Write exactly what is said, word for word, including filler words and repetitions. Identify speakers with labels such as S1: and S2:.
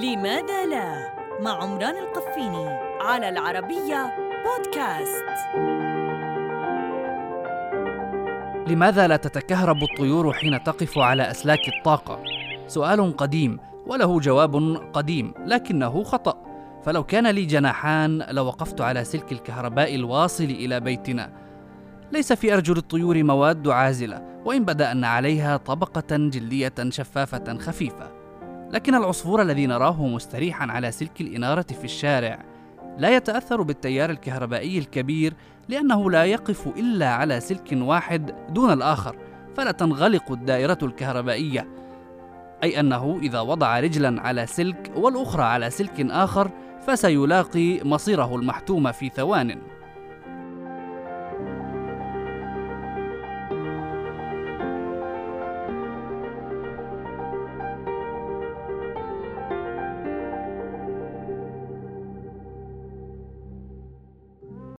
S1: لماذا لا؟ مع عمران القفيني على العربية بودكاست.
S2: لماذا لا تتكهرب الطيور حين تقف على أسلاك الطاقة؟ سؤال قديم وله جواب قديم، لكنه خطأ. فلو كان لي جناحان لوقفت على سلك الكهرباء الواصل إلى بيتنا. ليس في أرجل الطيور مواد عازلة، وإن بدا أن عليها طبقة جلدية شفافة خفيفة، لكن العصفور الذي نراه مستريحا على سلك الإنارة في الشارع لا يتأثر بالتيار الكهربائي الكبير، لأنه لا يقف إلا على سلك واحد دون الآخر، فلا تنغلق الدائرة الكهربائية. أي أنه إذا وضع رجلا على سلك والأخرى على سلك آخر فسيلاقي مصيره المحتوم في ثوان.